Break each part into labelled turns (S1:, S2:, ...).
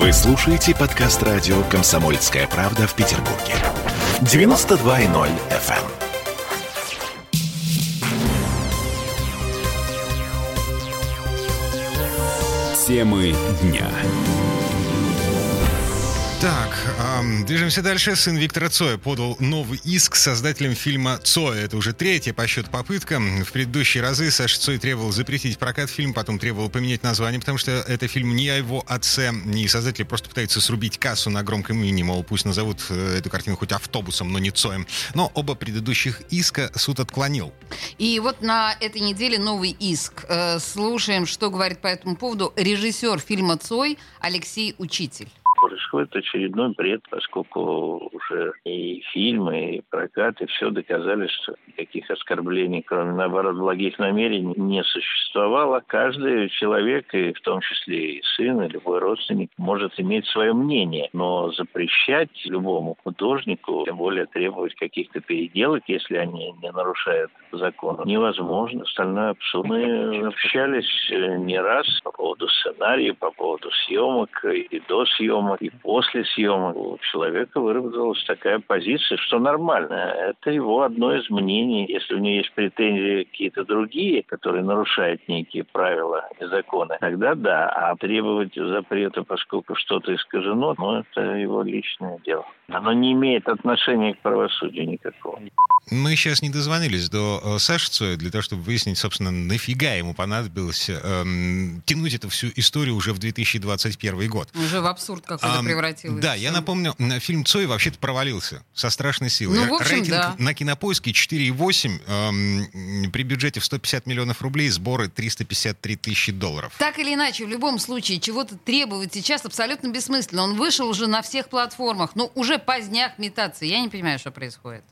S1: Вы слушаете подкаст радио «Комсомольская правда» в Петербурге. 92.0 FM.
S2: Темы дня.
S3: Так, движемся дальше. Сын Виктора Цоя подал новый иск создателям фильма «Цоя». Это уже третья по счету попытка. В предыдущие разы Саша Цой требовал запретить прокат фильма, потом требовал поменять название, потому что это фильм не о его отце. И создатели просто пытаются срубить кассу на громком имени, мол, пусть назовут эту картину хоть автобусом, но не Цоем. Но оба предыдущих иска суд отклонил.
S4: И вот на этой неделе новый иск. Слушаем, что говорит по этому поводу режиссер фильма «Цой» Алексей Учитель.
S5: Происходит очередной бред, поскольку уже и фильмы, и прокат, и все доказали, что никаких оскорблений, кроме, наоборот, благих намерений, не существовало. Каждый человек, и в том числе и сын, и любой родственник, может иметь свое мнение. Но запрещать любому художнику, тем более требовать каких-то переделок, если они не нарушают закон, невозможно. Остальное абсурд. Мы общались не раз по поводу сценария, по поводу съемок, и до съемок, и после съемок. У человека выработалась такая позиция, что нормально. Это его одно из мнений. Если у него есть претензии какие-то другие, которые нарушают некие правила и законы, тогда да. А требовать запрета, поскольку что-то искажено, это его личное дело. Оно не имеет отношения к правосудию никакого.
S3: Мы сейчас не дозвонились до Саши Цоя для того, чтобы выяснить, собственно, нафига ему понадобилось тянуть эту всю историю уже в 2021 год.
S4: Уже в абсурд какой-то превратилось.
S3: Да, я напомню, фильм «Цой» вообще-то провалился со страшной силой.
S4: Ну, в общем,
S3: рейтинг
S4: да.
S3: на Кинопоиске 4,8, при бюджете в 150 миллионов рублей, сборы 353 тысячи долларов.
S4: Так или иначе, в любом случае, чего-то требовать сейчас абсолютно бессмысленно. Он вышел уже на всех платформах, но уже поздняк метаться. Я не понимаю, что происходит.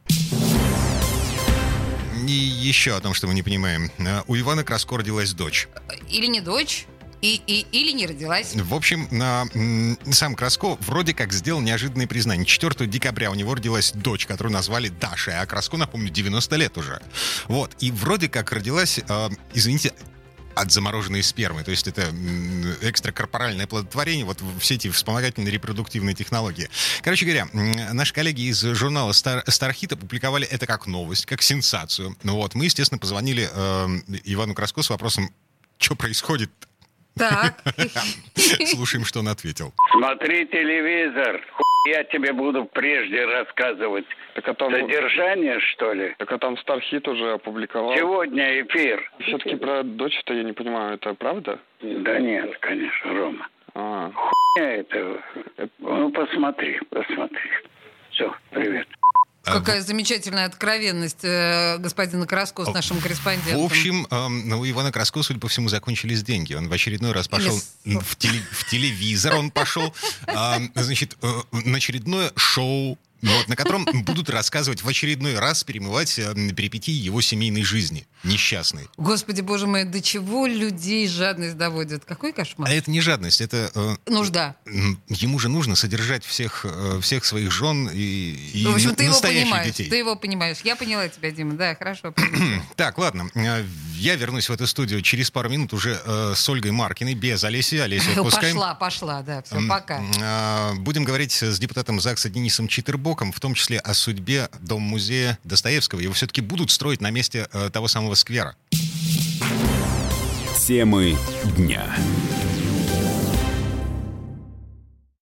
S3: И еще о том, что мы не понимаем. У Ивана Краско родилась дочь.
S4: Или не дочь, или не родилась.
S3: В общем, сам Краско вроде как сделал неожиданное признание. 4 декабря у него родилась дочь, которую назвали Дашей. А Краско, напомню, 90 лет уже. Вот. И вроде как родилась, извините, от замороженной спермы. То есть это экстракорпоральное плодотворение, вот все эти вспомогательные репродуктивные технологии. Короче говоря, наши коллеги из журнала Стархит опубликовали это как новость, как сенсацию. Вот. Мы, естественно, позвонили Ивану Краско с вопросом, что происходит.
S4: Так.
S3: Слушаем, что он ответил.
S6: Смотри телевизор. Я тебе буду прежде рассказывать. Содержание, что ли?
S7: Так а там Стархит уже опубликовал.
S6: Сегодня эфир.
S7: Все-таки про дочь-то я не понимаю, это правда?
S6: Да нет, конечно, Рома.
S7: А.
S6: Хуйня это. Ну, посмотри. Все, привет.
S4: Какая замечательная откровенность господина Краско с нашим корреспондентом.
S3: В общем, у Ивана Краско, судя по всему, закончились деньги. Он в очередной раз пошел в телевизор, он пошел, значит, на очередное шоу, вот, на котором будут рассказывать в очередной раз, перемывать перипетии его семейной жизни, несчастной.
S4: Господи, боже мой, до чего людей жадность доводит? Какой кошмар.
S3: А это не жадность, это...
S4: нужда.
S3: Ему же нужно содержать всех своих жен и
S4: в общем,
S3: настоящих детей.
S4: Ты его понимаешь. Я поняла тебя, Дима. Да, хорошо.
S3: Так, ладно. Я вернусь в эту студию через пару минут уже с Ольгой Маркиной, без Олеси. Олесю отпускаем.
S4: Пошла, да. Все, пока.
S3: Будем говорить с депутатом ЗАГСа Денисом Читербоком, в том числе о судьбе Дом-музея Достоевского. Его все-таки будут строить на месте того самого сквера.
S2: Темы дня.